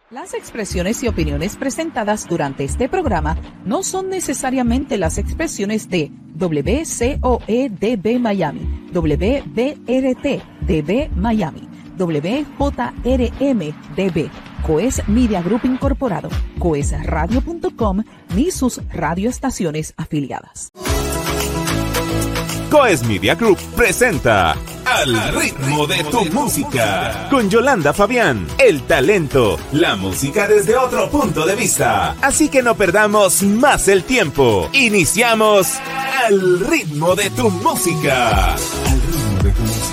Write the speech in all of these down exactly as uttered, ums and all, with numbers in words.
Las expresiones y opiniones presentadas durante este programa no son necesariamente las expresiones de W C O E D B Miami, W B R T D B Miami, W J R M D B, Coes Media Group Incorporado, coes radio punto com, ni sus radioestaciones afiliadas. Coes Media Group presenta Al ritmo de tu música con Yolanda Fabián, el talento, la música desde otro punto de vista. Así que no perdamos más el tiempo. Iniciamos Al ritmo de tu música. Al ritmo de tu música.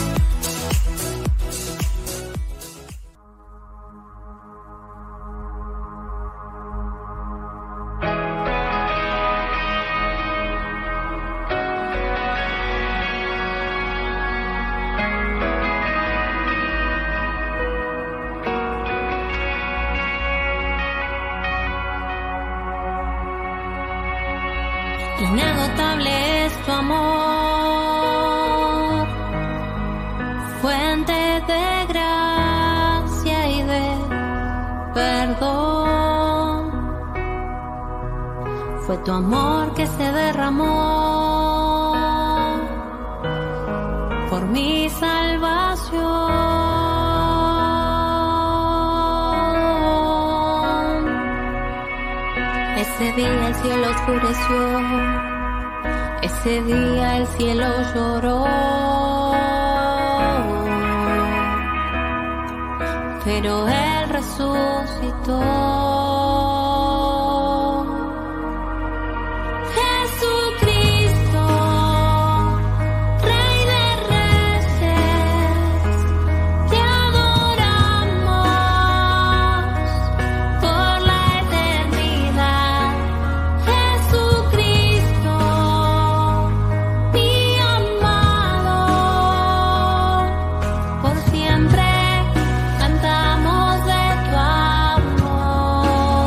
Inagotable es tu amor, fuente de gracia y de perdón. Fue tu amor que se derramó por mi salvación. Ese día el cielo oscureció, ese día el cielo lloró, pero Él resucitó. Siempre cantamos de tu amor.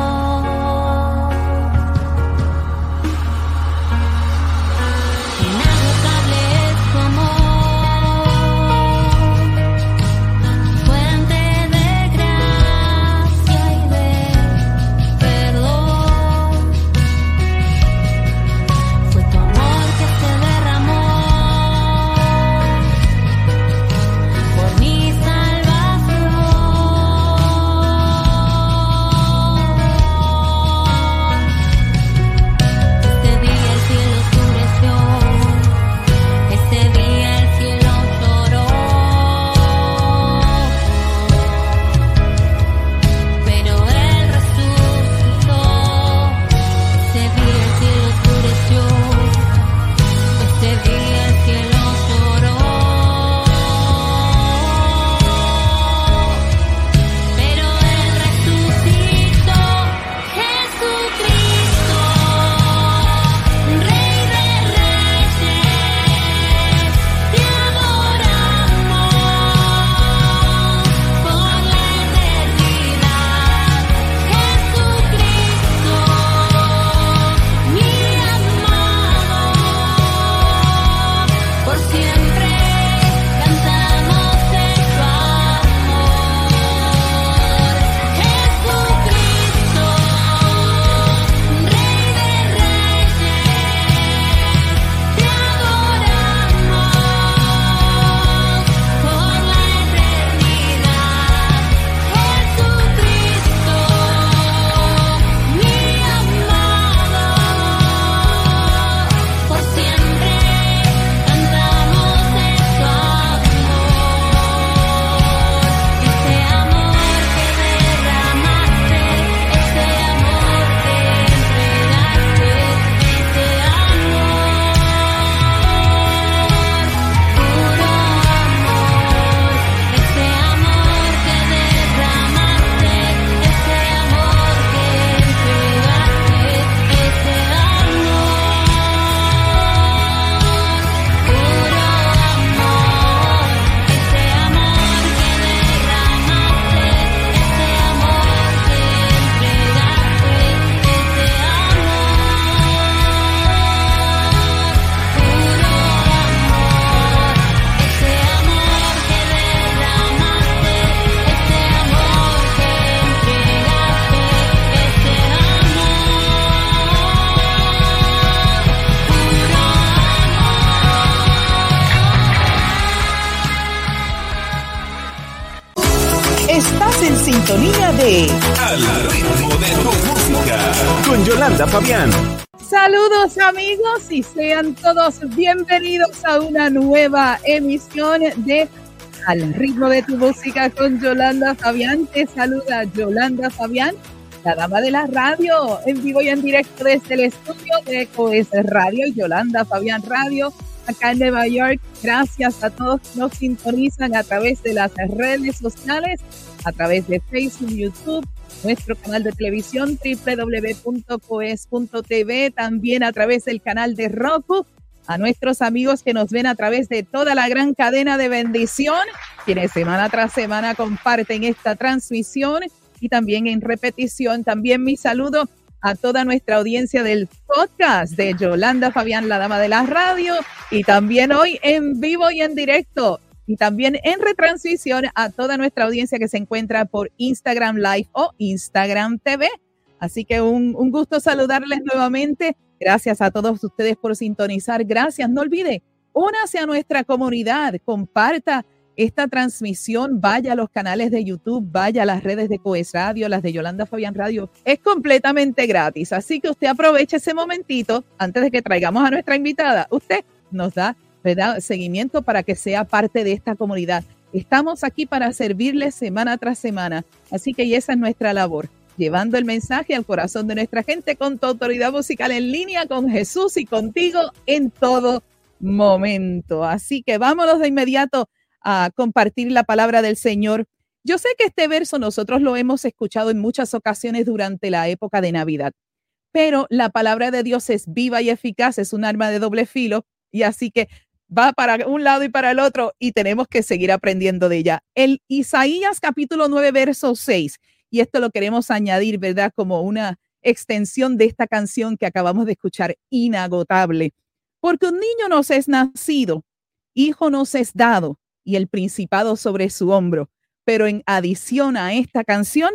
sintonía de Al ritmo de tu música con Yolanda Fabián. Saludos amigos y sean todos bienvenidos a una nueva emisión de Al ritmo de tu música con Yolanda Fabián. Te saluda Yolanda Fabián, la dama de la radio, en vivo y en directo desde el estudio de Coes Radio y Yolanda Fabián Radio, acá en Nueva York. Gracias a todos que nos sintonizan a través de las redes sociales, a través de Facebook, YouTube, nuestro canal de televisión doble u doble u doble u punto coes punto t v, también a través del canal de Roku, a nuestros amigos que nos ven a través de toda la gran cadena de bendición, quienes semana tras semana comparten esta transmisión y también en repetición. También mi saludo a toda nuestra audiencia del podcast de Yolanda Fabián, la dama de la radio, y también hoy en vivo y en directo, y también en retransmisión a toda nuestra audiencia que se encuentra por Instagram Live o Instagram T V. Así que un, un gusto saludarles nuevamente. Gracias a todos ustedes por sintonizar. Gracias. No olvide, únase a nuestra comunidad, comparta esta transmisión, vaya a los canales de YouTube, vaya a las redes de Coes Radio, las de Yolanda Fabián Radio. Es completamente gratis. Así que usted aproveche ese momentito antes de que traigamos a nuestra invitada. Usted nos da, ¿verdad?, seguimiento para que sea parte de esta comunidad. Estamos aquí para servirles semana tras semana. Así que esa es nuestra labor, llevando el mensaje al corazón de nuestra gente con tu autoridad musical en línea con Jesús y contigo en todo momento. Así que vámonos de inmediato a compartir la palabra del Señor. Yo sé que este verso nosotros lo hemos escuchado en muchas ocasiones durante la época de Navidad, pero la palabra de Dios es viva y eficaz, es un arma de doble filo, y así que va para un lado y para el otro y tenemos que seguir aprendiendo de ella. El Isaías capítulo nueve, verso seis, y esto lo queremos añadir, ¿verdad?, como una extensión de esta canción que acabamos de escuchar, inagotable. Porque un niño nos es nacido, hijo nos es dado, y el principado sobre su hombro. Pero en adición a esta canción,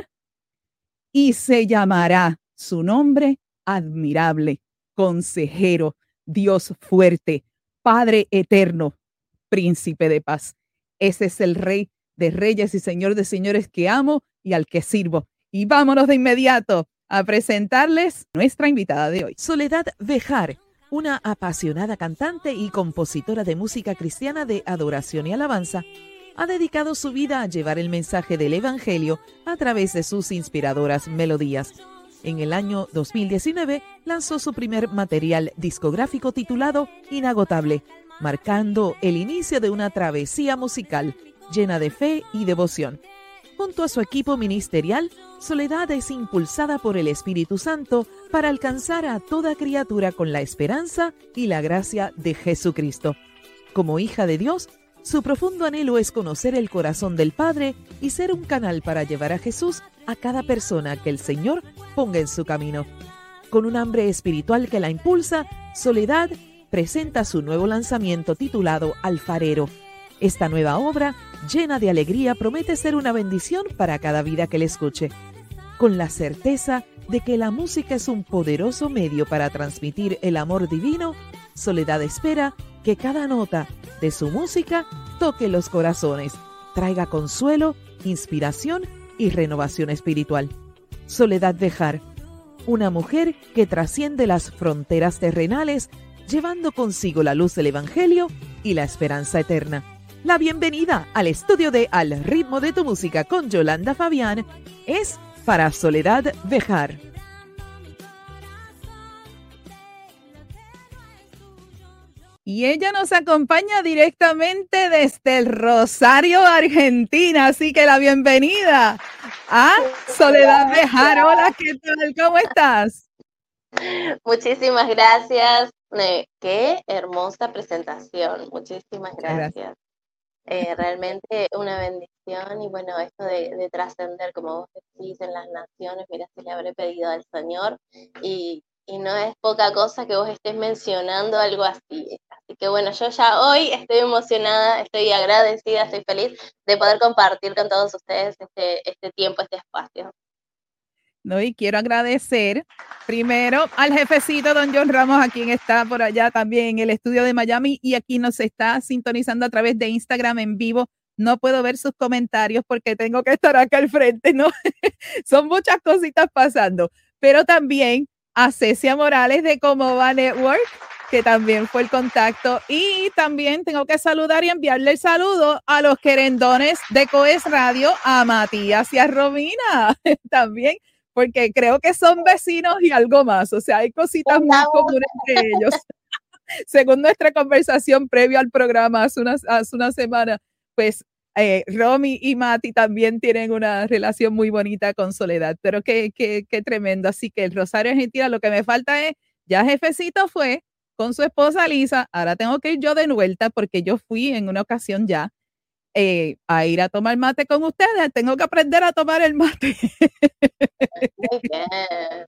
y se llamará su nombre admirable, consejero, Dios fuerte, Padre eterno, príncipe de paz. Ese es el Rey de reyes y Señor de señores que amo y al que sirvo. Y vámonos de inmediato a presentarles nuestra invitada de hoy. Soledad Bejar, una apasionada cantante y compositora de música cristiana de adoración y alabanza, ha dedicado su vida a llevar el mensaje del Evangelio a través de sus inspiradoras melodías. En el año dos mil diecinueve lanzó su primer material discográfico titulado Inagotable, marcando el inicio de una travesía musical llena de fe y devoción. Junto a su equipo ministerial, Soledad es impulsada por el Espíritu Santo para alcanzar a toda criatura con la esperanza y la gracia de Jesucristo. Como hija de Dios, su profundo anhelo es conocer el corazón del Padre y ser un canal para llevar a Jesús a cada persona que el Señor ponga en su camino. Con un hambre espiritual que la impulsa, Soledad presenta su nuevo lanzamiento titulado Alfarero. Esta nueva obra, llena de alegría, promete ser una bendición para cada vida que le escuche. Con la certeza de que la música es un poderoso medio para transmitir el amor divino, Soledad espera que cada nota de su música toque los corazones, traiga consuelo, inspiración y renovación espiritual. Soledad Bejar, una mujer que trasciende las fronteras terrenales, llevando consigo la luz del Evangelio y la esperanza eterna. La bienvenida al estudio de Al ritmo de tu música con Yolanda Fabián es para Soledad Bejar. Y ella nos acompaña directamente desde el Rosario, Argentina. Así que la bienvenida a Soledad Bejar. Hola, ¿qué tal? ¿Cómo estás? Muchísimas gracias. Eh, qué hermosa presentación. Muchísimas gracias. gracias. Eh, realmente una bendición y bueno, esto de, de trascender, como vos decís, en las naciones, mira, si le habré pedido al Señor y, y no es poca cosa que vos estés mencionando algo así. Así que bueno, yo ya hoy estoy emocionada, estoy agradecida, estoy feliz de poder compartir con todos ustedes este, este tiempo, este espacio. No, y quiero agradecer primero al jefecito don John Ramos, a quien está por allá también en el estudio de Miami y aquí nos está sintonizando a través de Instagram en vivo no puedo ver sus comentarios porque tengo que estar acá al frente, ¿no? Son muchas cositas pasando. Pero también a Cecia Morales de Cómo Va Network, que también fue el contacto. Y también tengo que saludar y enviarle el saludo a los querendones de Coes Radio, a Matías y a Romina también, porque creo que son vecinos y algo más. O sea, hay cositas muy comunes entre ellos. Según nuestra conversación previa al programa hace una, hace una semana, pues eh, Romy y Mati también tienen una relación muy bonita con Soledad, pero qué, qué, qué tremendo. Así que el Rosario Argentina, lo que me falta es, ya Jefecito fue con su esposa Lisa, ahora tengo que ir yo de vuelta porque yo fui en una ocasión ya eh, a ir a tomar mate con ustedes, tengo que aprender a tomar el mate. Muy bien.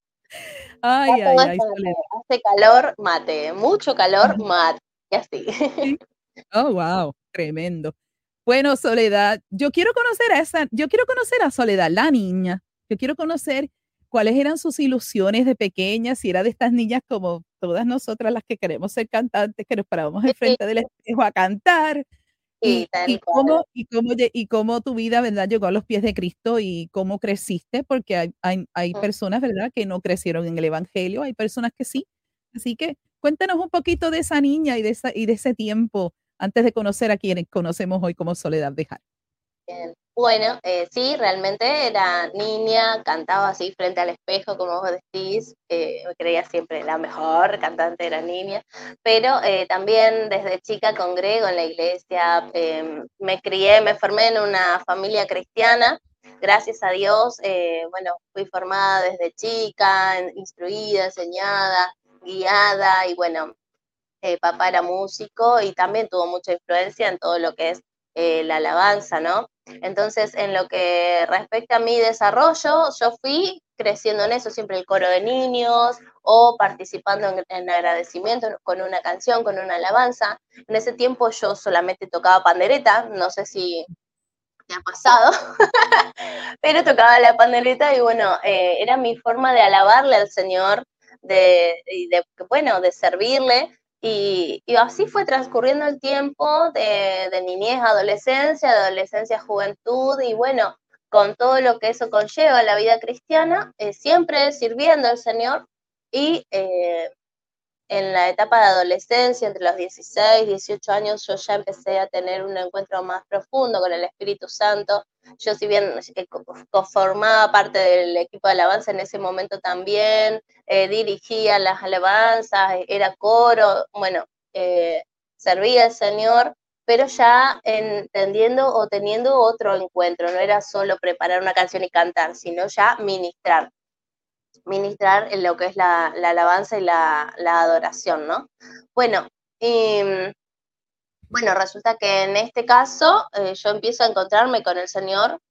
Ay, ay, ay, Soledad. Hace calor, mate, mucho calor, mate, y así. Sí. Oh, wow, tremendo. Bueno, Soledad, yo quiero conocer a esa, yo quiero conocer a Soledad, la niña. Yo quiero conocer cuáles eran sus ilusiones de pequeña, si era de estas niñas como todas nosotras las que queremos ser cantantes, que nos parábamos enfrente del espejo a cantar. Sí, y, y, cómo, y, cómo, y cómo tu vida, ¿verdad?, llegó a los pies de Cristo y cómo creciste, porque hay, hay, hay personas, ¿verdad?, que no crecieron en el Evangelio, hay personas que sí. Así que cuéntanos un poquito de esa niña y de, esa, y de ese tiempo antes de conocer a quienes conocemos hoy como Soledad Bejar. Bien. Bueno, eh, sí, realmente era niña, cantaba así frente al espejo, como vos decís, eh, me creía siempre la mejor cantante, era niña, pero eh, también desde chica congrego en la iglesia, eh, me crié, me formé en una familia cristiana, gracias a Dios, eh, bueno, fui formada desde chica, instruida, enseñada, guiada, y bueno, eh, papá era músico y también tuvo mucha influencia en todo lo que es eh, la alabanza, ¿no? Entonces, en lo que respecta a mi desarrollo, yo fui creciendo en eso, siempre el coro de niños o participando en, en agradecimiento con una canción, con una alabanza. En ese tiempo yo solamente tocaba pandereta, no sé si te ha pasado, pero tocaba la pandereta y bueno, eh, era mi forma de alabarle al Señor, de, de bueno, de servirle. Y, y así fue transcurriendo el tiempo de, de niñez a adolescencia, de adolescencia a juventud, y bueno, con todo lo que eso conlleva la vida cristiana, eh, siempre sirviendo al Señor, y eh, en la etapa de adolescencia, entre los dieciséis, dieciocho años, yo ya empecé a tener un encuentro más profundo con el Espíritu Santo. Yo, si bien eh, conformaba parte del equipo de alabanza en ese momento también, eh, dirigía las alabanzas, era coro, bueno, eh, servía al Señor, pero ya entendiendo o teniendo otro encuentro, no era solo preparar una canción y cantar, sino ya ministrar. ministrar en lo que es la, la alabanza y la, la adoración, ¿no? Bueno, y, bueno, resulta que en este caso eh, yo empiezo a encontrarme con el Señor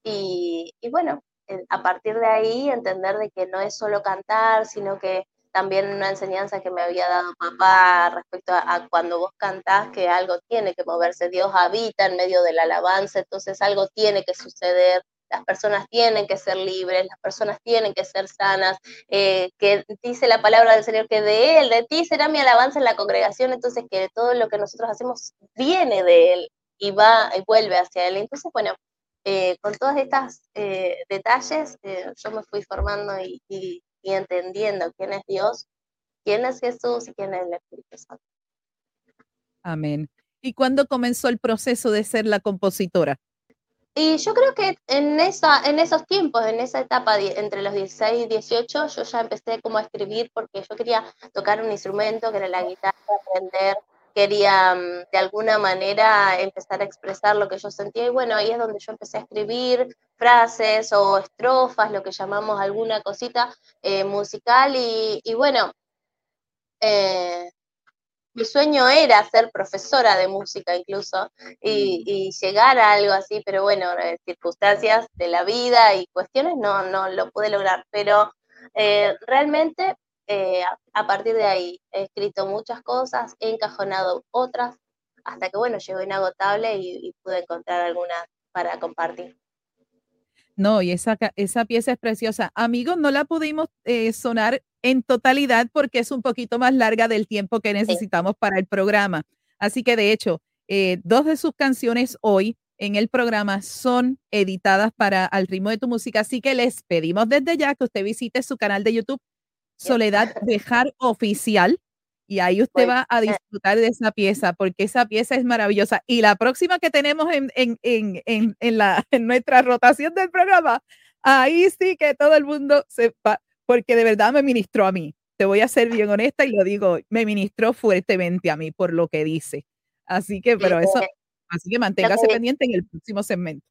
y, y bueno, eh, a partir de ahí entender de que no es solo cantar, sino que también una enseñanza que me había dado papá respecto a, a cuando vos cantás, que algo tiene que moverse, Dios habita en medio de la alabanza, entonces algo tiene que suceder, las personas tienen que ser libres, las personas tienen que ser sanas, eh, que dice la palabra del Señor que de Él, de ti será mi alabanza en la congregación, entonces que todo lo que nosotros hacemos viene de Él y va y vuelve hacia Él. Entonces, bueno, eh, con todos estos eh, detalles, eh, yo me fui formando y, y, y entendiendo quién es Dios, quién es Jesús y quién es el Espíritu Santo. Amén. ¿Y cuándo comenzó el proceso de ser la compositora? Y yo creo que en, esa, en esos tiempos, en esa etapa de, entre los dieciséis y dieciocho, yo ya empecé como a escribir porque yo quería tocar un instrumento que era la guitarra, aprender, quería de alguna manera empezar a expresar lo que yo sentía y bueno, ahí es donde yo empecé a escribir frases o estrofas, lo que llamamos alguna cosita eh, musical y, y bueno, eh, mi sueño era ser profesora de música incluso y, y llegar a algo así, pero bueno, eh, circunstancias de la vida y cuestiones no, no lo pude lograr, pero eh, realmente eh, a, a partir de ahí he escrito muchas cosas, he encajonado otras, hasta que bueno, llegó Inagotable y, y pude encontrar algunas para compartir. No, y esa, esa pieza es preciosa. Amigos, no la pudimos eh, sonar en totalidad porque es un poquito más larga del tiempo que necesitamos sí. para el programa. Así que, de hecho, Eh, dos de sus canciones hoy en el programa son editadas para Al Ritmo de tu Música, así que les pedimos desde ya que usted visite su canal de YouTube, Soledad Bejar Oficial, y ahí usted va a disfrutar de esa pieza, porque esa pieza es maravillosa. Y la próxima que tenemos en, en, en, en, en, la, en nuestra rotación del programa, ahí sí que todo el mundo sepa, porque de verdad me ministró a mí. Te voy a ser bien honesta y lo digo, me ministró fuertemente a mí por lo que dice. Así que, pero eso, así que manténgase que, pendiente en el próximo segmento.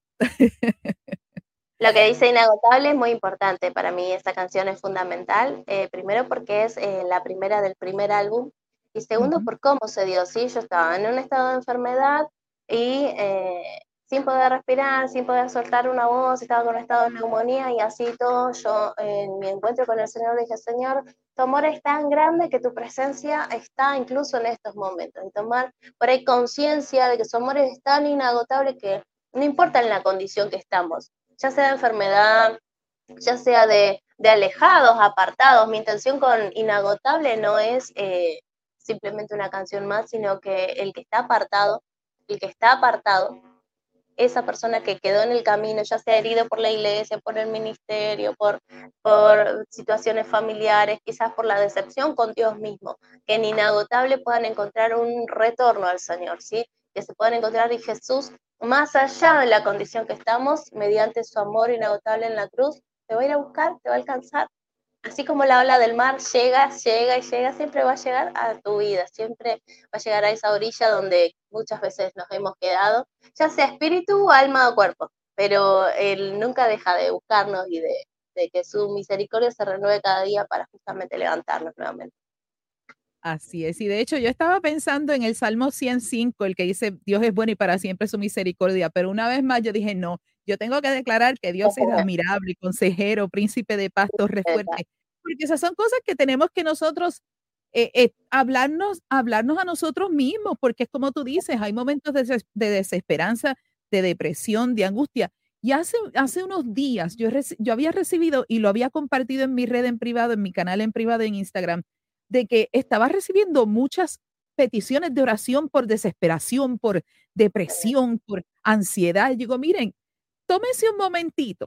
Lo que dice Inagotable es muy importante. Para mí esta canción es fundamental. Eh, primero porque es eh, la primera del primer álbum. Y segundo uh-huh. por cómo se dio. ¿Sí? Yo estaba en un estado de enfermedad y eh, sin poder respirar, sin poder soltar una voz, estaba con un estado de neumonía y así todo. Yo en mi encuentro con el Señor dije, Señor, tu amor es tan grande que tu presencia está incluso en estos momentos. Y tomar por ahí conciencia de que su amor es tan inagotable que no importa en la condición que estamos, ya sea de enfermedad, ya sea de, de alejados, apartados. Mi intención con Inagotable no es eh, simplemente una canción más, sino que el que está apartado, el que está apartado, esa persona que quedó en el camino, ya sea herido por la iglesia, por el ministerio, por, por situaciones familiares, quizás por la decepción con Dios mismo, que en Inagotable puedan encontrar un retorno al Señor, ¿sí? Que se puedan encontrar en Jesús más allá de la condición que estamos, mediante su amor inagotable en la cruz, te va a ir a buscar, te va a alcanzar. Así como la ola del mar llega, llega y llega, siempre va a llegar a tu vida, siempre va a llegar a esa orilla donde muchas veces nos hemos quedado, ya sea espíritu, alma o cuerpo, pero Él nunca deja de buscarnos y de, de que su misericordia se renueve cada día para justamente levantarnos nuevamente. Así es, y de hecho yo estaba pensando en el Salmo ciento cinco, el que dice, Dios es bueno y para siempre su misericordia, pero una vez más yo dije, no, yo tengo que declarar que Dios es admirable, consejero, príncipe de paz, torre fuerte, porque esas son cosas que tenemos que nosotros eh, eh, hablarnos, hablarnos a nosotros mismos, porque es como tú dices, hay momentos de, des de desesperanza, de depresión, de angustia, y hace, hace unos días yo, yo había recibido y lo había compartido en mi red en privado, en mi canal en privado en Instagram, de que estaba recibiendo muchas peticiones de oración por desesperación, por depresión, por ansiedad. Y digo, miren, tómese un momentito.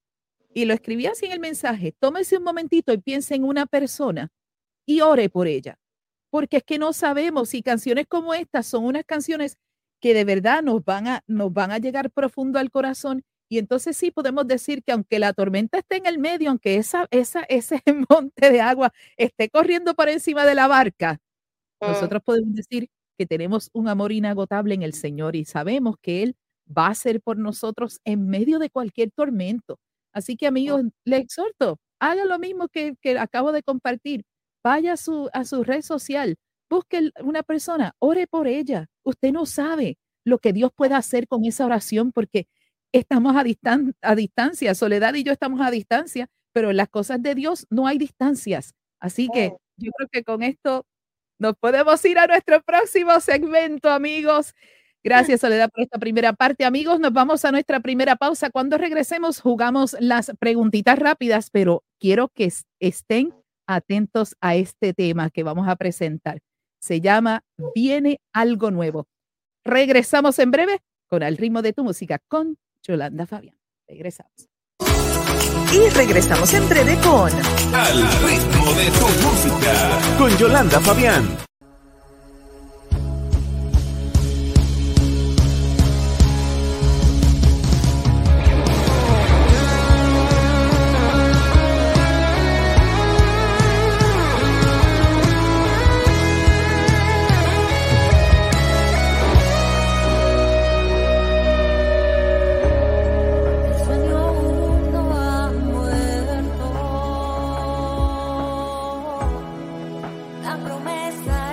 Y lo escribí así en el mensaje, tómese un momentito y piense en una persona y ore por ella. Porque es que no sabemos si canciones como estas son unas canciones que de verdad nos van a, nos van a llegar profundo al corazón. Y entonces sí podemos decir que aunque la tormenta esté en el medio, aunque esa, esa, ese monte de agua esté corriendo por encima de la barca, mm. nosotros podemos decir que tenemos un amor inagotable en el Señor y sabemos que Él va a ser por nosotros en medio de cualquier tormento. Así que amigos, mm. les exhorto, haga lo mismo que, que acabo de compartir. Vaya a su, a su red social, busque una persona, ore por ella. Usted no sabe lo que Dios puede hacer con esa oración porque estamos a, distan a distancia, Soledad y yo estamos a distancia, pero en las cosas de Dios no hay distancias. Así que yo creo que con esto nos podemos ir a nuestro próximo segmento, amigos. Gracias, Soledad, por esta primera parte. Amigos, nos vamos a nuestra primera pausa. Cuando regresemos, jugamos las preguntitas rápidas, pero quiero que estén atentos a este tema que vamos a presentar. Se llama Viene algo nuevo. Regresamos en breve con Al Ritmo de tu Música con Yolanda Fabián. Regresamos. Y regresamos en breve con Al Ritmo de tu Música con Yolanda Fabián. La promesa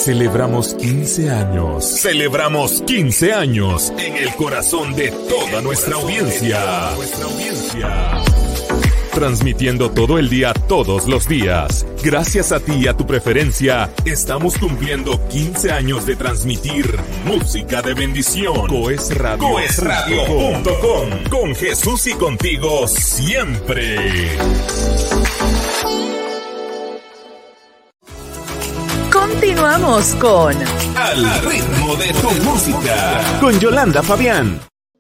Celebramos quince años. Celebramos quince años en el corazón de toda nuestra audiencia. Transmitiendo todo el día, todos los días. Gracias a ti y a tu preferencia, estamos cumpliendo quince años de transmitir música de bendición. Coes Radio. Coes Radio punto com. Con Jesús y contigo siempre. Continuamos con Al ritmo de tu música con Yolanda Fabián.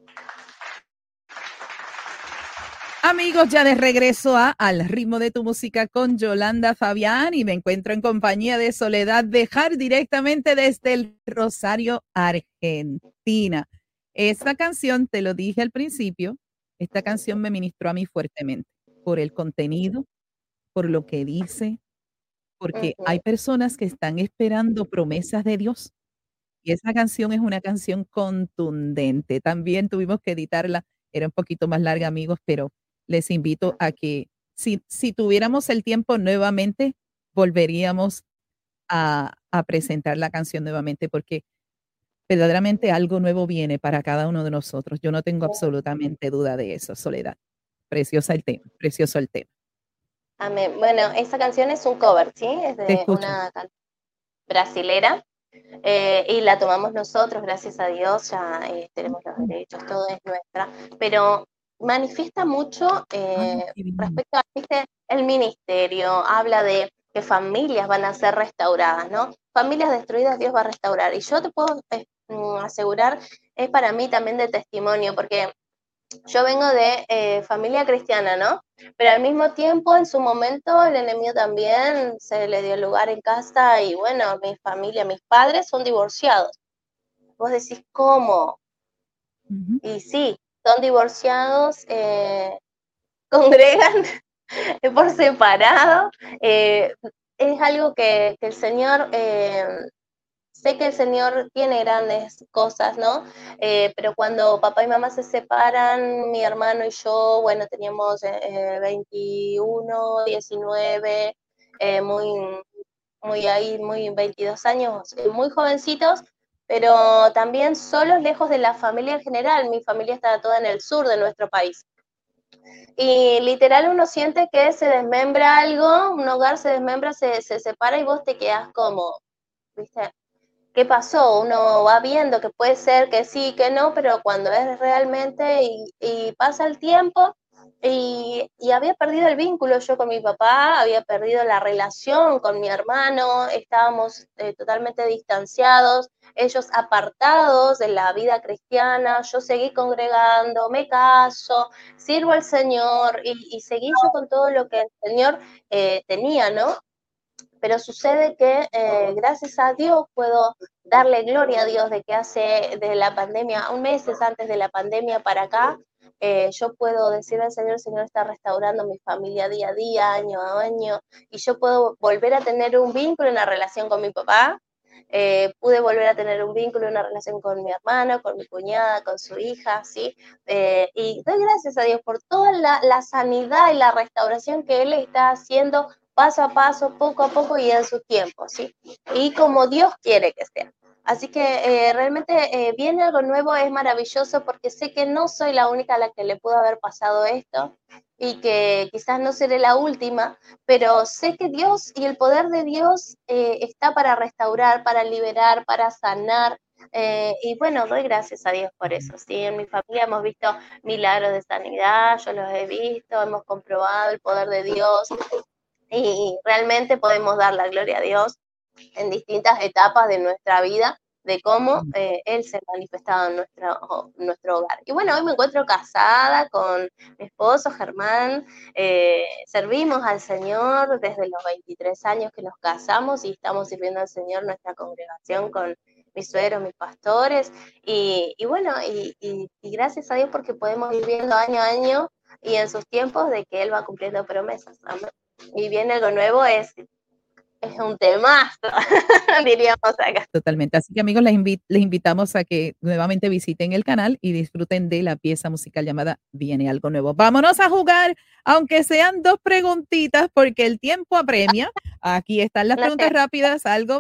Amigos, ya de regreso a Al ritmo de tu música con Yolanda Fabián y me encuentro en compañía de Soledad Bejar directamente desde el Rosario, Argentina. Esta canción, te lo dije al principio, esta canción me ministró a mí fuertemente por el contenido, por lo que dice, porque hay personas que están esperando promesas de Dios y esa canción es una canción contundente. También tuvimos que editarla, era un poquito más larga, amigos, pero les invito a que si, si tuviéramos el tiempo nuevamente, volveríamos a, a presentar la canción nuevamente porque verdaderamente algo nuevo viene para cada uno de nosotros. Yo no tengo absolutamente duda de eso, Soledad. Preciosa el tema, precioso el tema. Amén. Bueno, esa canción es un cover, ¿sí? Es de una canción brasilera eh, y la tomamos nosotros, gracias a Dios, ya eh, tenemos los derechos, todo es nuestra, pero manifiesta mucho eh, respecto a ¿viste? El ministerio, habla de que familias van a ser restauradas, ¿no? Familias destruidas Dios va a restaurar. Y yo te puedo eh, asegurar, es para mí también de testimonio, porque yo vengo de eh, familia cristiana, ¿no? Pero al mismo tiempo, en su momento, el enemigo también se le dio lugar en casa y bueno, mi familia, mis padres son divorciados. Vos decís, ¿cómo? Uh-huh. Y sí, son divorciados, eh, congregan por separado. Eh, es algo que, que el Señor, eh, sé que el Señor tiene grandes cosas, ¿no? Eh, pero cuando papá y mamá se separan, mi hermano y yo, bueno, teníamos eh, veintiuno, diecinueve, eh, muy, muy ahí, muy veintidós años, muy jovencitos, pero también solos, lejos de la familia en general. Mi familia está toda en el sur de nuestro país. Y literal uno siente que se desmembra algo, un hogar se desmembra, se, se separa y vos te quedás como, ¿viste? ¿Qué pasó? Uno va viendo que puede ser que sí, que no, pero cuando es realmente y, y pasa el tiempo y, y había perdido el vínculo yo con mi papá, había perdido la relación con mi hermano, estábamos eh, totalmente distanciados, ellos apartados de la vida cristiana, yo seguí congregando, me caso, sirvo al Señor y, y seguí yo con todo lo que el Señor eh, tenía, ¿no? Pero sucede que eh, gracias a Dios puedo darle gloria a Dios de que hace desde la pandemia, un meses antes de la pandemia para acá, eh, yo puedo decirle al Señor, el Señor está restaurando mi familia día a día, año a año, y yo puedo volver a tener un vínculo, una relación con mi papá, eh, pude volver a tener un vínculo, una relación con mi hermano, con mi cuñada, con su hija, ¿sí? Eh, y doy gracias a Dios por toda la, la sanidad y la restauración que Él está haciendo paso a paso, poco a poco y en su tiempo, ¿sí? Y como Dios quiere que sea. Así que eh, realmente eh, viene algo nuevo, es maravilloso porque sé que no soy la única a la que le pudo haber pasado esto y que quizás no seré la última, pero sé que Dios y el poder de Dios eh, está para restaurar, para liberar, para sanar. Eh, y bueno, doy gracias a Dios por eso, ¿sí? En mi familia hemos visto milagros de sanidad, yo los he visto, hemos comprobado el poder de Dios. Y realmente podemos dar la gloria a Dios en distintas etapas de nuestra vida, de cómo eh, Él se ha manifestado en nuestro, nuestro hogar. Y bueno, hoy me encuentro casada con mi esposo Germán, eh, servimos al Señor desde los veintitrés años que nos casamos y estamos sirviendo al Señor nuestra congregación con mis suegros, mis pastores, y, y bueno, y, y, y gracias a Dios porque podemos ir viendo año a año y en sus tiempos de que Él va cumpliendo promesas. Amén. Y viene algo nuevo, es, es un temazo, diríamos acá. Totalmente. Así que amigos, les, invi- les invitamos a que nuevamente visiten el canal y disfruten de la pieza musical llamada Viene Algo Nuevo. Vámonos a jugar, aunque sean dos preguntitas, porque el tiempo apremia. Aquí están las preguntas rápidas, algo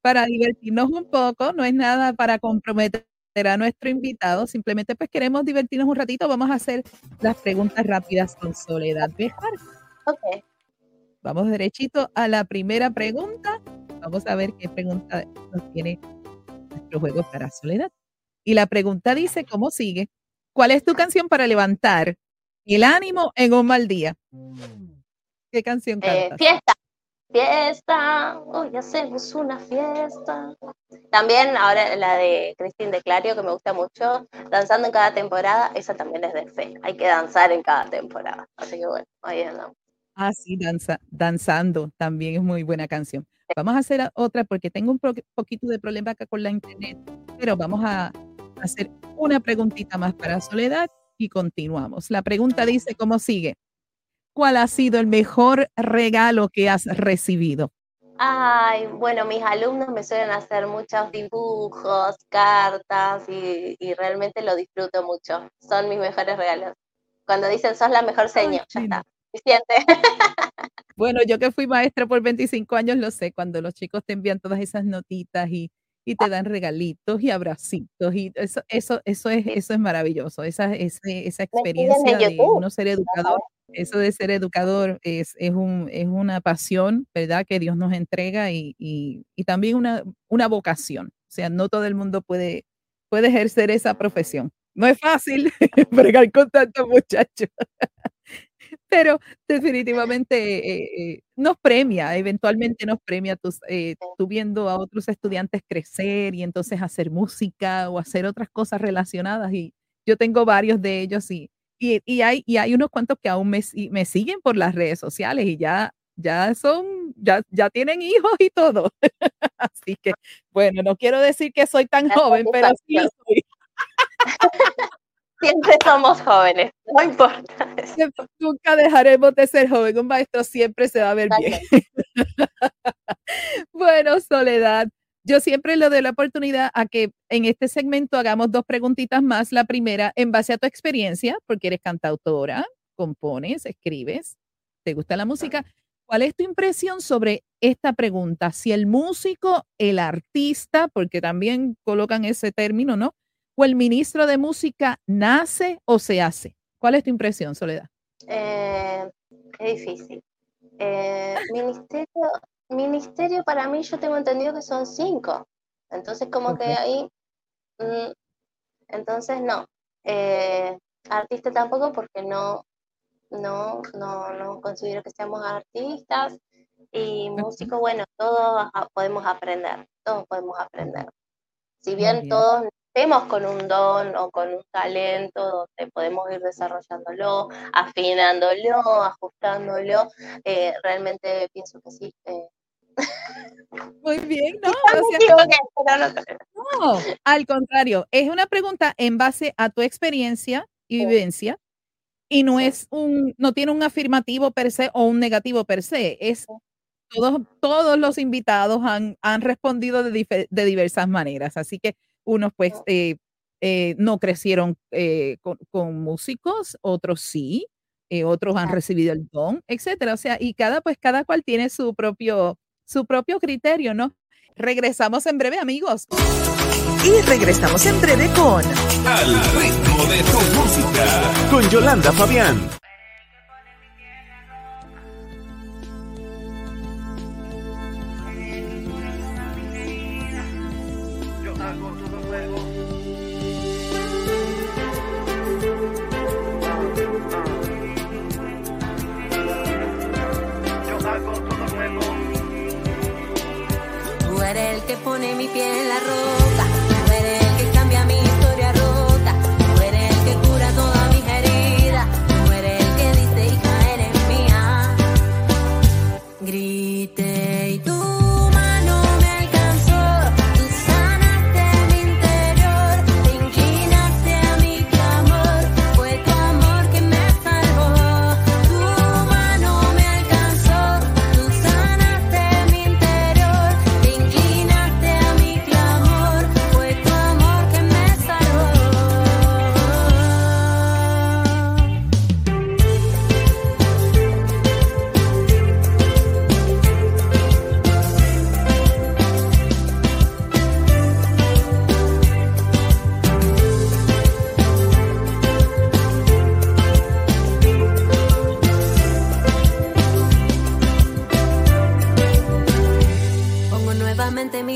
para divertirnos un poco, no es nada para comprometer a nuestro invitado, simplemente pues queremos divertirnos un ratito. Vamos a hacer las preguntas rápidas con Soledad Bejar. Ok. Vamos derechito a la primera pregunta. Vamos a ver qué pregunta nos tiene nuestro juego para Soledad. Y la pregunta dice, ¿cómo sigue? ¿Cuál es tu canción para levantar el ánimo en un mal día? ¿Qué canción eh, cantas? Fiesta. Fiesta, hoy hacemos una fiesta. También ahora la de Cristín de Clario, que me gusta mucho, Danzando en cada temporada, esa también es de fe. Hay que danzar en cada temporada. Así que bueno, ahí andamos. Ah, sí, danza, Danzando, también es muy buena canción. Vamos a hacer otra porque tengo un pro- poquito de problema acá con la internet, pero vamos a hacer una preguntita más para Soledad y continuamos. La pregunta dice, ¿cómo sigue? ¿Cuál ha sido el mejor regalo que has recibido? Ay, bueno, mis alumnos me suelen hacer muchos dibujos, cartas y, y realmente lo disfruto mucho. Son mis mejores regalos. Cuando dicen, sos la mejor seño, Ay, ya lindo. está, suficiente. Bueno, yo que fui maestra por veinticinco años lo sé, cuando los chicos te envían todas esas notitas y, y te dan regalitos y abracitos y eso, eso, eso es, eso es maravilloso. Esa, ese- esa Me siguen experiencia en de YouTube. uno ser educador, eso de ser educador es, es un, es una pasión, ¿verdad? Que Dios nos entrega y, y, y también una, una vocación. O sea, no todo el mundo puede, puede ejercer esa profesión. No es fácil bregar con tantos muchachos. Pero definitivamente eh, eh, nos premia, eventualmente nos premia tus, eh, tú viendo a otros estudiantes crecer y entonces hacer música o hacer otras cosas relacionadas. Y yo tengo varios de ellos y, y, y hay, y hay unos cuantos que aún me, si- me siguen por las redes sociales y ya, ya son, ya, ya tienen hijos y todo. Así que, bueno, no quiero decir que soy tan La joven, pero sí lo satisfacción. soy. Siempre somos jóvenes, no importa eso. Siempre- Nunca dejaremos de ser joven, un maestro siempre se va a ver bien. Bueno, Soledad, yo siempre le doy la oportunidad a que en este segmento hagamos dos preguntitas más. La primera, en base a tu experiencia, porque eres cantautora, compones, escribes, te gusta la música. ¿Cuál es tu impresión sobre esta pregunta? Si el músico, el artista, porque también colocan ese término, ¿no? O el ministro de música nace o se hace. ¿Cuál es tu impresión, Soledad? Eh, qué difícil. Eh, ministerio, ministerio para mí yo tengo entendido que son cinco. Entonces como Ok. que ahí, mm, entonces no. Eh, artista tampoco porque no, no, no, no considero que seamos artistas. Y músico, bueno, todos a- podemos aprender, todos podemos aprender. Si Muy bien bien. todos nacemos con un don o con un talento donde podemos ir desarrollándolo, afinándolo, ajustándolo, eh, realmente pienso que sí. eh, Muy bien, ¿no? quizás O me sea, equivoqué, pero no creo. no, al contrario, es una pregunta en base a tu experiencia y Sí. vivencia y no Sí. es un, no tiene un afirmativo per se o un negativo per se. Es todos, todos los invitados han, han respondido de, dife- de diversas maneras. Así que unos pues eh, eh, no crecieron eh, con, con músicos, otros sí, eh, otros han Claro. recibido el don, etcétera. O sea, y cada pues cada cual tiene su propio, su propio criterio, ¿no? Regresamos en breve, amigos. Y regresamos en breve con Al ritmo de tu música. Con Yolanda Fabián. Yo hago todo nuevo. Yo hago todo nuevo. Tú eres el que pone mi pie en la roca. Tú eres el que cambia mi historia rota. Tú eres el que cura todas mis heridas. Tú eres el que dice, hija, eres mía. Grité y tu mano me alcanzó. Tú sanaste mi interior. Te inclinaste a mi clamor. Fue tu amor que me salvó. Tu mano me alcanzó. Tú sanaste mi interior. Te inclinaste a mi clamor.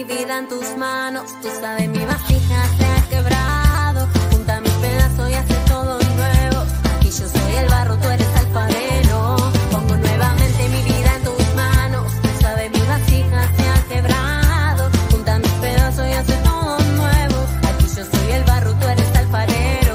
vida en tus manos. Tú sabes, mi vasija se ha quebrado. Junta mis pedazos y hace todo nuevo. Aquí yo soy el barro, tú eres alfarero. Pongo nuevamente mi vida en tus manos. Tú sabes, mi vasija se ha quebrado. Junta mis pedazos y hace todo nuevo. Aquí yo soy el barro, tú eres alfarero.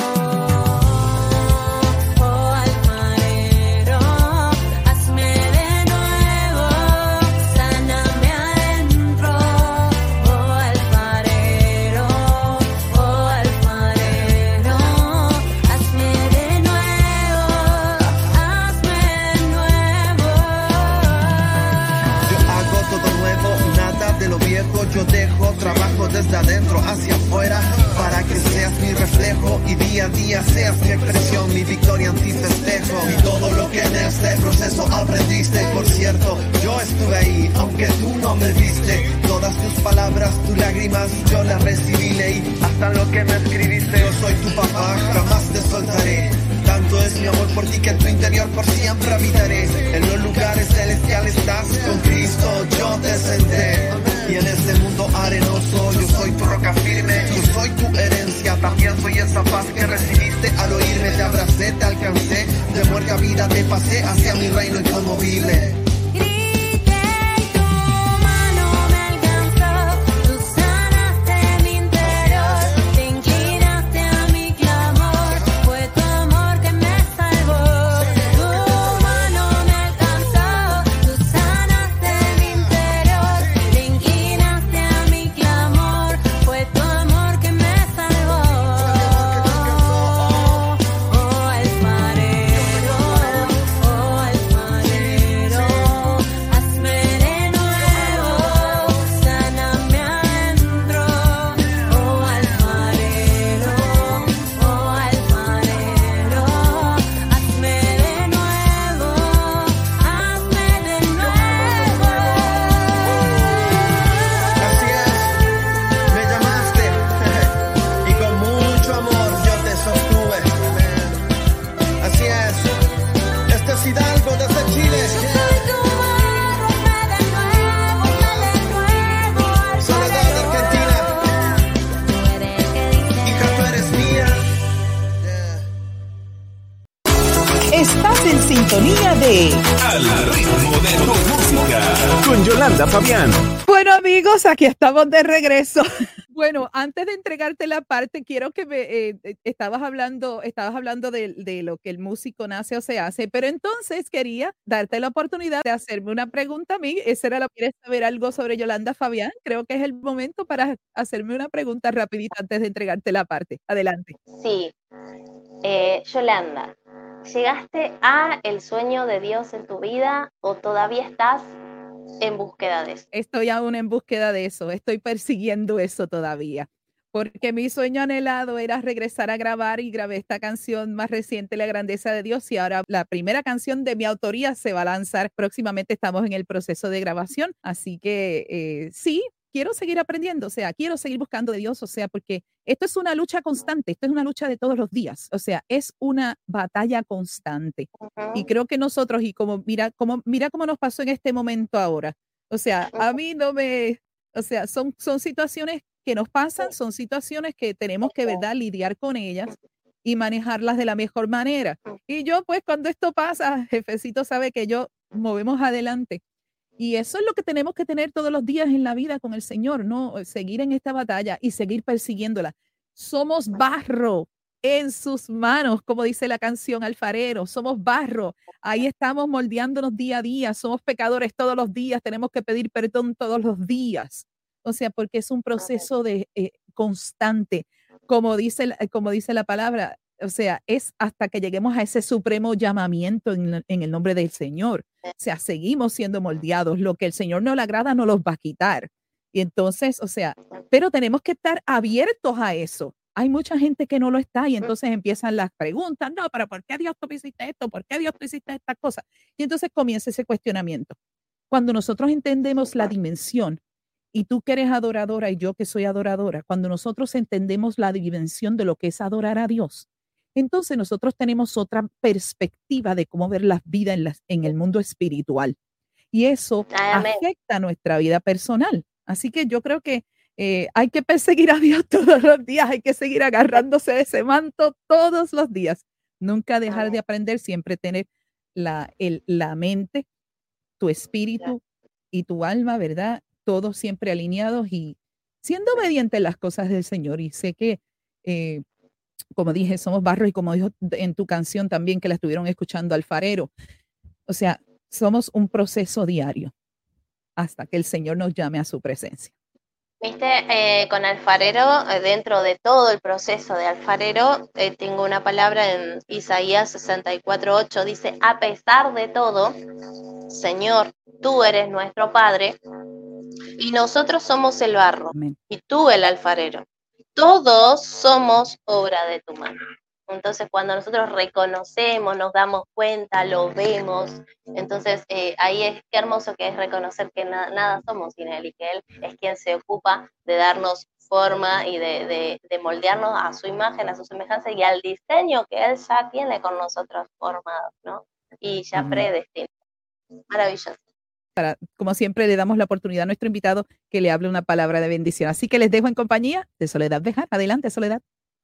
Oh, alfarero, hazme de nuevo, sáname adentro. Oh, alfarero, oh, alfarero, hazme de nuevo, hazme de nuevo. Yo hago todo nuevo, nada de lo viejo. Yo dejo trabajo desde adentro hacia afuera para que seas mi reflejo y día a día seas mi expresión, mi victoria anti-festejo. Y todo lo que en este proceso aprendiste, por cierto, yo estuve ahí, aunque tú no me viste. Todas tus palabras, tus lágrimas, yo las recibí, leí hasta lo que me escribiste. Yo soy tu papá, jamás te soltaré. Tanto es mi amor por ti que en tu interior por siempre habitaré. En los lugares celestiales estás con Cristo, yo te senté. Y en este mundo arenoso yo soy tu roca firme, yo soy tu herencia. También soy esa paz que recibiste al oírme. Te abracé, te alcancé, de muerte a vida te pasé hacia mi reino inconmovible. Grité y tu mano me alcanzó, tú sanaste mi interior, te inclinaste a mi clamor, fue tu amor que me salvó. Tu mano me alcanzó, tú sanaste mi interior, te inclinaste a mi clamor, fue tu amor que me salvó. Oh, alfarero, oh, alfarero, hazme de nuevo, sáname adentro. Oh, alfarero, oh, alfarero, hazme de nuevo, hazme de nuevo. Así es, me llamaste y con mucho amor yo te sostuve. Así es, este es Hidalgo desde Chile. Soy tu barro, hazme de nuevo, hazme de nuevo, Soledad de Argentina, tú eres el que dice. hija tú eres mía. Yeah. Estás en sintonía de Al ritmo de tu música. Con Yolanda Fabián. Bueno, amigos, aquí estamos de regreso. Bueno, antes de entregarte la parte, quiero que me, eh, eh, estabas hablando, estabas hablando de, de lo que el músico nace o se hace, pero entonces quería darte la oportunidad de hacerme una pregunta a mí. Esa era la, ¿quieres saber algo sobre Yolanda Fabián? Creo que es el momento para hacerme una pregunta rapidita antes de entregarte la parte. Adelante. Sí, eh, Yolanda, ¿llegaste a el sueño de Dios en tu vida o todavía estás en búsqueda de eso? Estoy aún en búsqueda de eso, estoy persiguiendo eso todavía, porque mi sueño anhelado era regresar a grabar y grabé esta canción más reciente, La Grandeza de Dios, y ahora la primera canción de mi autoría se va a lanzar próximamente. Estamos en el proceso de grabación, así que eh, sí, quiero seguir aprendiendo, o sea, quiero seguir buscando de Dios, o sea, porque esto es una lucha constante, esto es una lucha de todos los días, o sea, es una batalla constante. Y Ujú, creo que nosotros, y como mira, como mira cómo nos pasó en este momento ahora, o sea, a ujú, mí no me, o sea, son, son situaciones que nos pasan, son situaciones que tenemos que, ¿verdad?, lidiar con ellas y manejarlas de la mejor manera. Y yo, pues, cuando esto pasa, jefecito sabe que yo movemos adelante. Y eso es lo que tenemos que tener todos los días en la vida con el Señor, ¿no? Seguir en esta batalla y seguir persiguiéndola. Somos barro en sus manos, como dice la canción Alfarero. Somos barro. Ahí estamos moldeándonos día a día. Somos pecadores todos los días. Tenemos que pedir perdón todos los días. O sea, porque es un proceso de eh, constante. Como dice, la- como dice la palabra, o sea, es hasta que lleguemos a ese supremo llamamiento en, en el nombre del Señor. O sea, seguimos siendo moldeados. Lo que el Señor no le agrada no los va a quitar. Y entonces, o sea, pero tenemos que estar abiertos a eso. Hay mucha gente que no lo está y entonces empiezan las preguntas. No, pero ¿por qué Dios tú hiciste esto? ¿Por qué Dios tú hiciste esta cosa? Y entonces comienza ese cuestionamiento. Cuando nosotros entendemos la dimensión, y tú que eres adoradora y yo que soy adoradora, cuando nosotros entendemos la dimensión de lo que es adorar a Dios, entonces nosotros tenemos otra perspectiva de cómo ver la vida en, las- en el mundo espiritual. Y eso Amén. afecta nuestra vida personal. Así que yo creo que eh, hay que perseguir a Dios todos los días, hay que seguir agarrándose de ese manto todos los días. Nunca dejar de aprender, siempre tener la, el, la mente, tu espíritu y tu alma, ¿verdad? Todos siempre alineados y siendo obedientes en las cosas del Señor. Y sé que, eh, como dije, somos barro y como dijo en tu canción también que la estuvieron escuchando, alfarero. O sea, somos un proceso diario hasta que el Señor nos llame a su presencia. Viste, eh, con alfarero, eh, dentro de todo el proceso de alfarero, eh, tengo una palabra en Isaías sesenta y cuatro ocho, dice, a pesar de todo, Señor, tú eres nuestro Padre y nosotros somos el barro Amén. y tú el alfarero. Todos somos obra de tu mano. Entonces, cuando nosotros reconocemos, nos damos cuenta, lo vemos, entonces eh, ahí es qué hermoso que es reconocer que na nada somos sin Él y que Él es quien se ocupa de darnos forma y de, de, de moldearnos a su imagen, a su semejanza y al diseño que Él ya tiene con nosotros formados, ¿no? Y ya Amén. predestinado. Maravilloso. Para, como siempre, le damos la oportunidad a nuestro invitado que le hable una palabra de bendición. Así que les dejo en compañía de Soledad Bejar. Adelante, Soledad.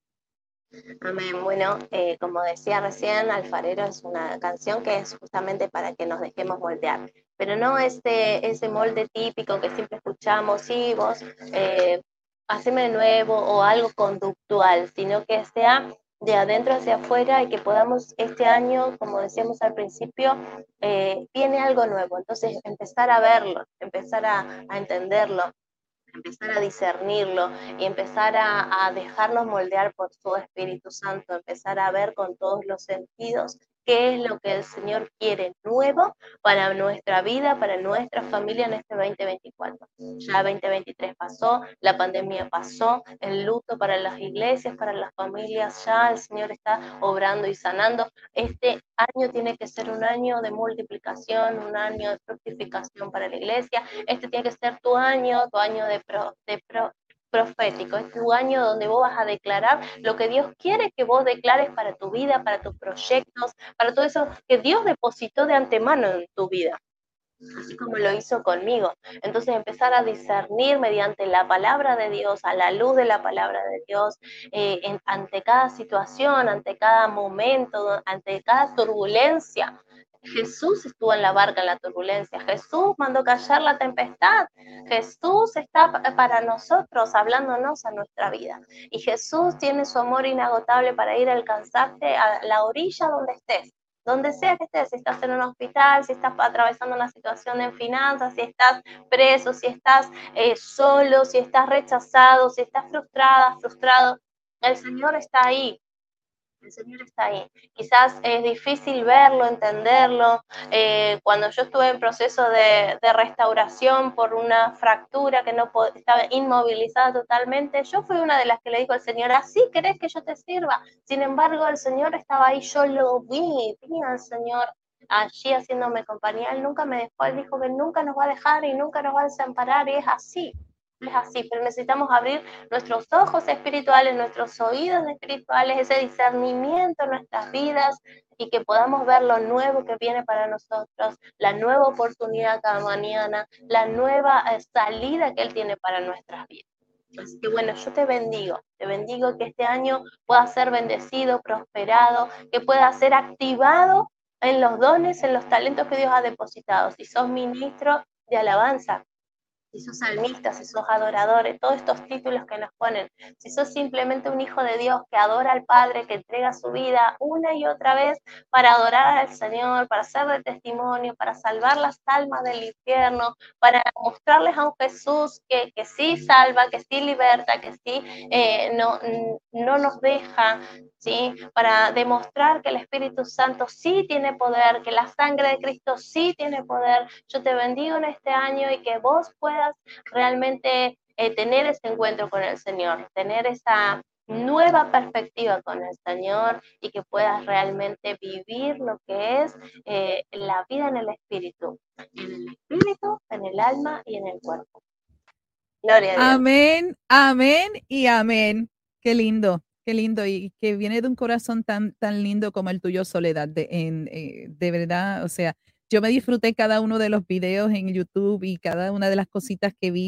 Amén. Bueno, eh, como decía recién, Alfarero es una canción que es justamente para que nos dejemos moldear, pero no ese, ese molde típico que siempre escuchamos, sí, vos eh, haceme de nuevo o algo conductual, sino que sea de adentro hacia afuera y que podamos este año, como decíamos al principio, eh, viene algo nuevo, entonces empezar a verlo, empezar a, a entenderlo, empezar a discernirlo y empezar a, a dejarnos moldear por su Espíritu Santo, empezar a ver con todos los sentidos qué es lo que el Señor quiere nuevo para nuestra vida, para nuestra familia en este veinte veinticuatro. Ya veinte veintitrés pasó, la pandemia pasó, el luto para las iglesias, para las familias, ya el Señor está obrando y sanando. Este año tiene que ser un año de multiplicación, un año de fructificación para la iglesia. Este tiene que ser tu año, tu año de, pro, de pro, profético, es tu año donde vos vas a declarar lo que Dios quiere que vos declares para tu vida, para tus proyectos, para todo eso que Dios depositó de antemano en tu vida, así como lo hizo conmigo. Entonces empezar a discernir mediante la palabra de Dios, a la luz de la palabra de Dios, eh, en, ante cada situación, ante cada momento, ante cada turbulencia. Jesús estuvo en la barca en la turbulencia, Jesús mandó callar la tempestad, Jesús está para nosotros, hablándonos a nuestra vida, y Jesús tiene su amor inagotable para ir a alcanzarte a la orilla donde estés, donde sea que estés, si estás en un hospital, si estás atravesando una situación en finanzas, si estás preso, si estás eh, solo, si estás rechazado, si estás frustrada, frustrado, el Señor está ahí. El Señor está ahí. Quizás es difícil verlo, entenderlo. Eh, cuando yo estuve en proceso de, de restauración por una fractura que no estaba inmovilizada totalmente, yo fui una de las que le dijo al Señor, ¿así querés que yo te sirva? Sin embargo, el Señor estaba ahí, yo lo vi, vi al Señor allí haciéndome compañía. Él nunca me dejó, Él dijo que nunca nos va a dejar y nunca nos va a desamparar, y es así. Es así, pero necesitamos abrir nuestros ojos espirituales, nuestros oídos espirituales, ese discernimiento en nuestras vidas y que podamos ver lo nuevo que viene para nosotros, la nueva oportunidad cada mañana, la nueva eh, salida que Él tiene para nuestras vidas. Así que bueno, yo te bendigo, te bendigo que este año pueda ser bendecido, prosperado, que pueda ser activado en los dones, en los talentos que Dios ha depositado. Si sos ministro de alabanza, si sos salmista, si sos adoradores, todos estos títulos que nos ponen, si sos simplemente un hijo de Dios que adora al Padre, que entrega su vida una y otra vez para adorar al Señor, para ser de testimonio, para salvar las almas del infierno, para mostrarles a un Jesús que, que sí salva, que sí liberta, que sí eh, no, no nos deja, ¿sí? Para demostrar que el Espíritu Santo sí tiene poder, que la sangre de Cristo sí tiene poder. Yo te bendigo en este año y que vos puedas realmente eh, tener ese encuentro con el Señor, tener esa nueva perspectiva con el Señor y que puedas realmente vivir lo que es eh, la vida en el Espíritu, en el Espíritu, en el alma y en el cuerpo. Gloria a Dios. Amén, amén y amén. Qué lindo, qué lindo y que viene de un corazón tan, tan lindo como el tuyo, Soledad, de, en, eh, de verdad, o sea, yo me disfruté cada uno de los videos en YouTube y cada una de las cositas que vi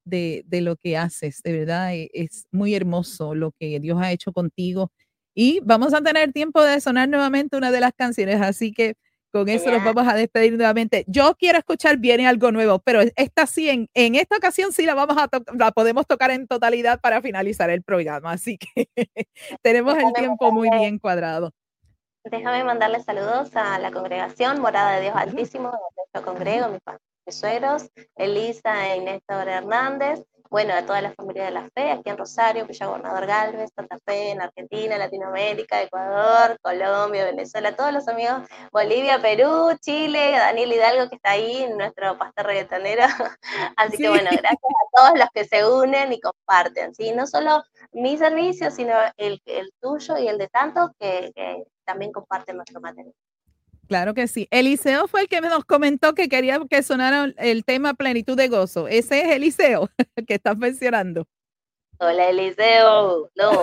de, de lo que haces, de verdad, es, es muy hermoso lo que Dios ha hecho contigo. Y vamos a tener tiempo de sonar nuevamente una de las canciones, así que con eso nos vamos a despedir nuevamente. Yo quiero escuchar Viene Algo Nuevo, pero esta sí, en, en esta ocasión sí la vamos a la podemos tocar en totalidad para finalizar el programa, así que tenemos el tiempo muy bien cuadrado. Déjame mandarle saludos a la congregación Morada de Dios Altísimo, donde yo congrego, mis, mis suegros, Elisa e Inés Torre Hernández, bueno, a toda la familia de la fe, aquí en Rosario, Villa Gobernador Galvez, Santa Fe, en Argentina, Latinoamérica, Ecuador, Colombia, Venezuela, todos los amigos, Bolivia, Perú, Chile, Daniel Hidalgo que está ahí, nuestro pastor reggaetonero. Así sí. que bueno, gracias a todos los que se unen y comparten, ¿sí? No solo mi servicio, sino el, el tuyo y el de tantos que, que también comparten nuestro material. Claro que sí. Eliseo fue el que nos comentó que quería que sonara el tema Plenitud de Gozo. Ese es Eliseo que estás mencionando. Hola, Eliseo. No.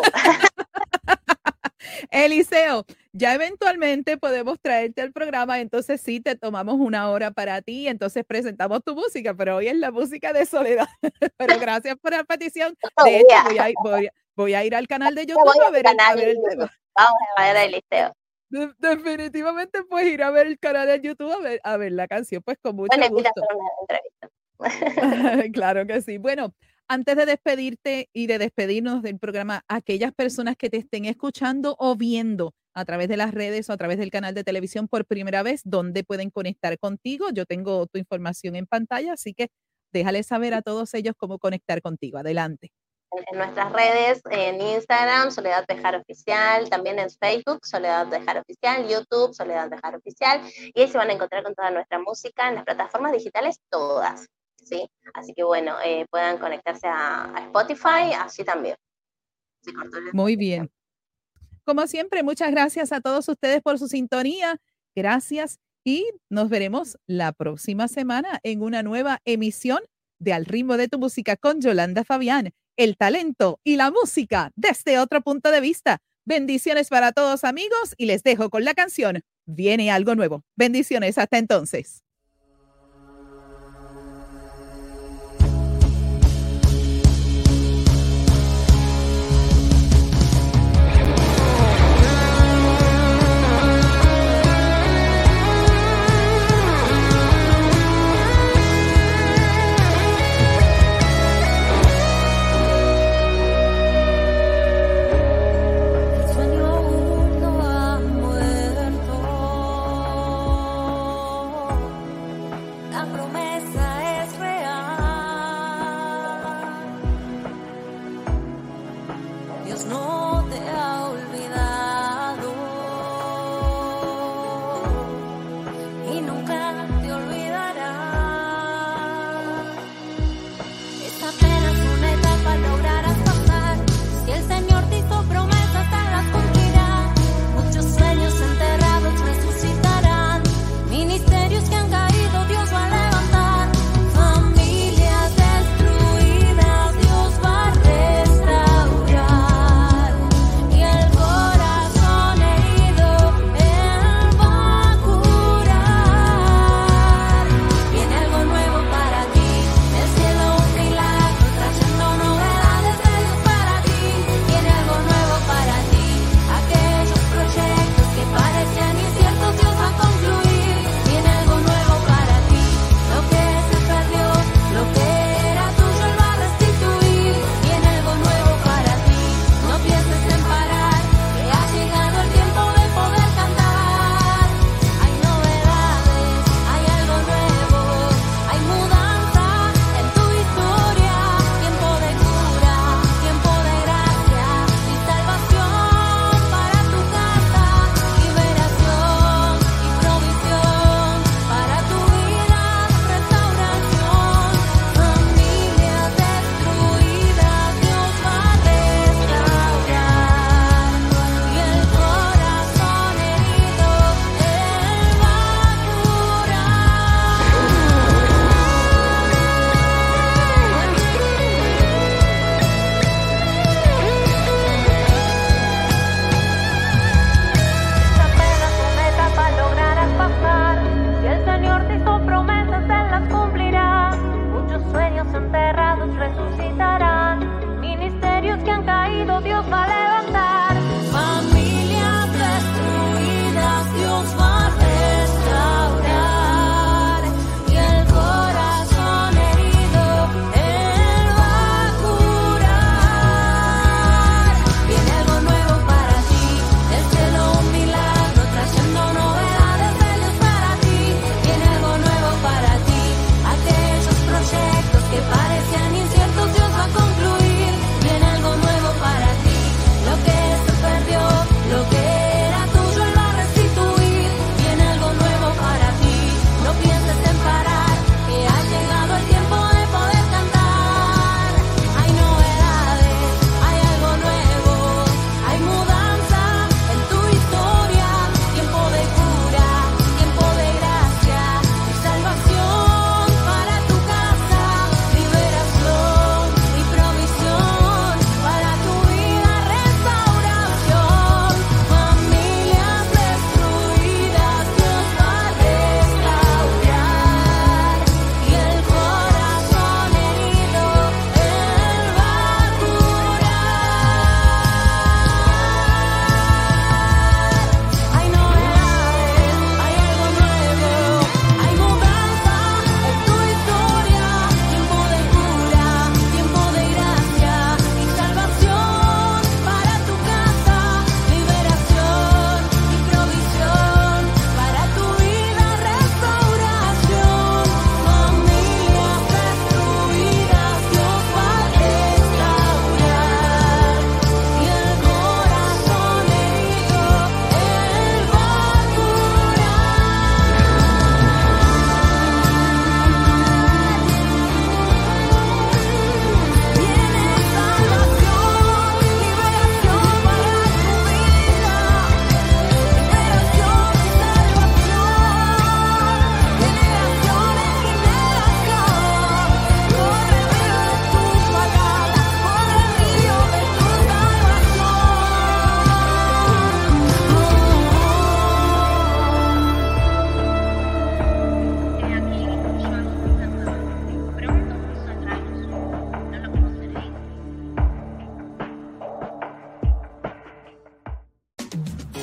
Eliseo, ya eventualmente podemos traerte al programa, entonces sí, te tomamos una hora para ti, entonces presentamos tu música, pero hoy es la música de Soledad. Pero gracias por la petición. De hecho, voy a, voy, voy a ir al canal de YouTube a ver, el, a ver el tema. Vamos a ver a Eliseo. De, definitivamente puedes ir a ver el canal de YouTube a ver, a ver la canción, pues con mucho bueno, gusto. Una entrevista. Claro que sí. Bueno, antes de despedirte y de despedirnos del programa, aquellas personas que te estén escuchando o viendo a través de las redes o a través del canal de televisión por primera vez, ¿dónde pueden conectar contigo? Yo tengo tu información en pantalla, así que déjales saber a todos ellos cómo conectar contigo. Adelante. En nuestras redes, en Instagram, Soledad Bejar Oficial, también en Facebook, Soledad Bejar Oficial, YouTube, Soledad Bejar Oficial, y ahí se van a encontrar con toda nuestra música en las plataformas digitales todas, ¿sí? Así que bueno, eh, puedan conectarse a, a Spotify, así también. Se cortó el Muy bien. Como siempre, muchas gracias a todos ustedes por su sintonía, gracias, y nos veremos la próxima semana en una nueva emisión de Al Ritmo de tu Música con Yolanda Fabián. El talento y la música desde otro punto de vista. Bendiciones para todos, amigos, y les dejo con la canción Viene Algo Nuevo. Bendiciones, hasta entonces.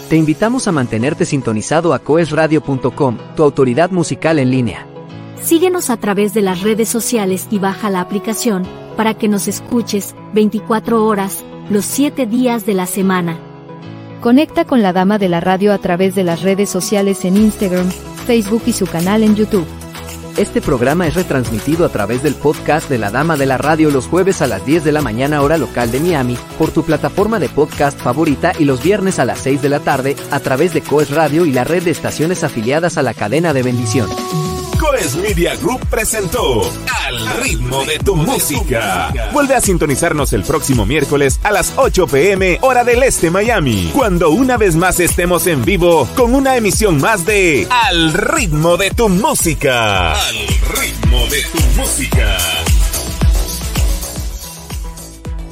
Te invitamos a mantenerte sintonizado a coes radio punto com, tu autoridad musical en línea. Síguenos a través de las redes sociales y baja la aplicación para que nos escuches veinticuatro horas, los siete días de la semana. Conecta con la Dama de la Radio a través de las redes sociales en Instagram, Facebook y su canal en YouTube. Este programa es retransmitido a través del podcast de la Dama de la Radio los jueves a las diez de la mañana hora local de Miami, por tu plataforma de podcast favorita y los viernes a las seis de la tarde a través de Coes Radio y la red de estaciones afiliadas a la cadena de bendición. Coes Media Group presentó Al ritmo de tu música. Vuelve a sintonizarnos el próximo miércoles a las ocho pe eme hora del este Miami, cuando una vez más estemos en vivo con una emisión más de Al ritmo de tu música. Al ritmo de tu música.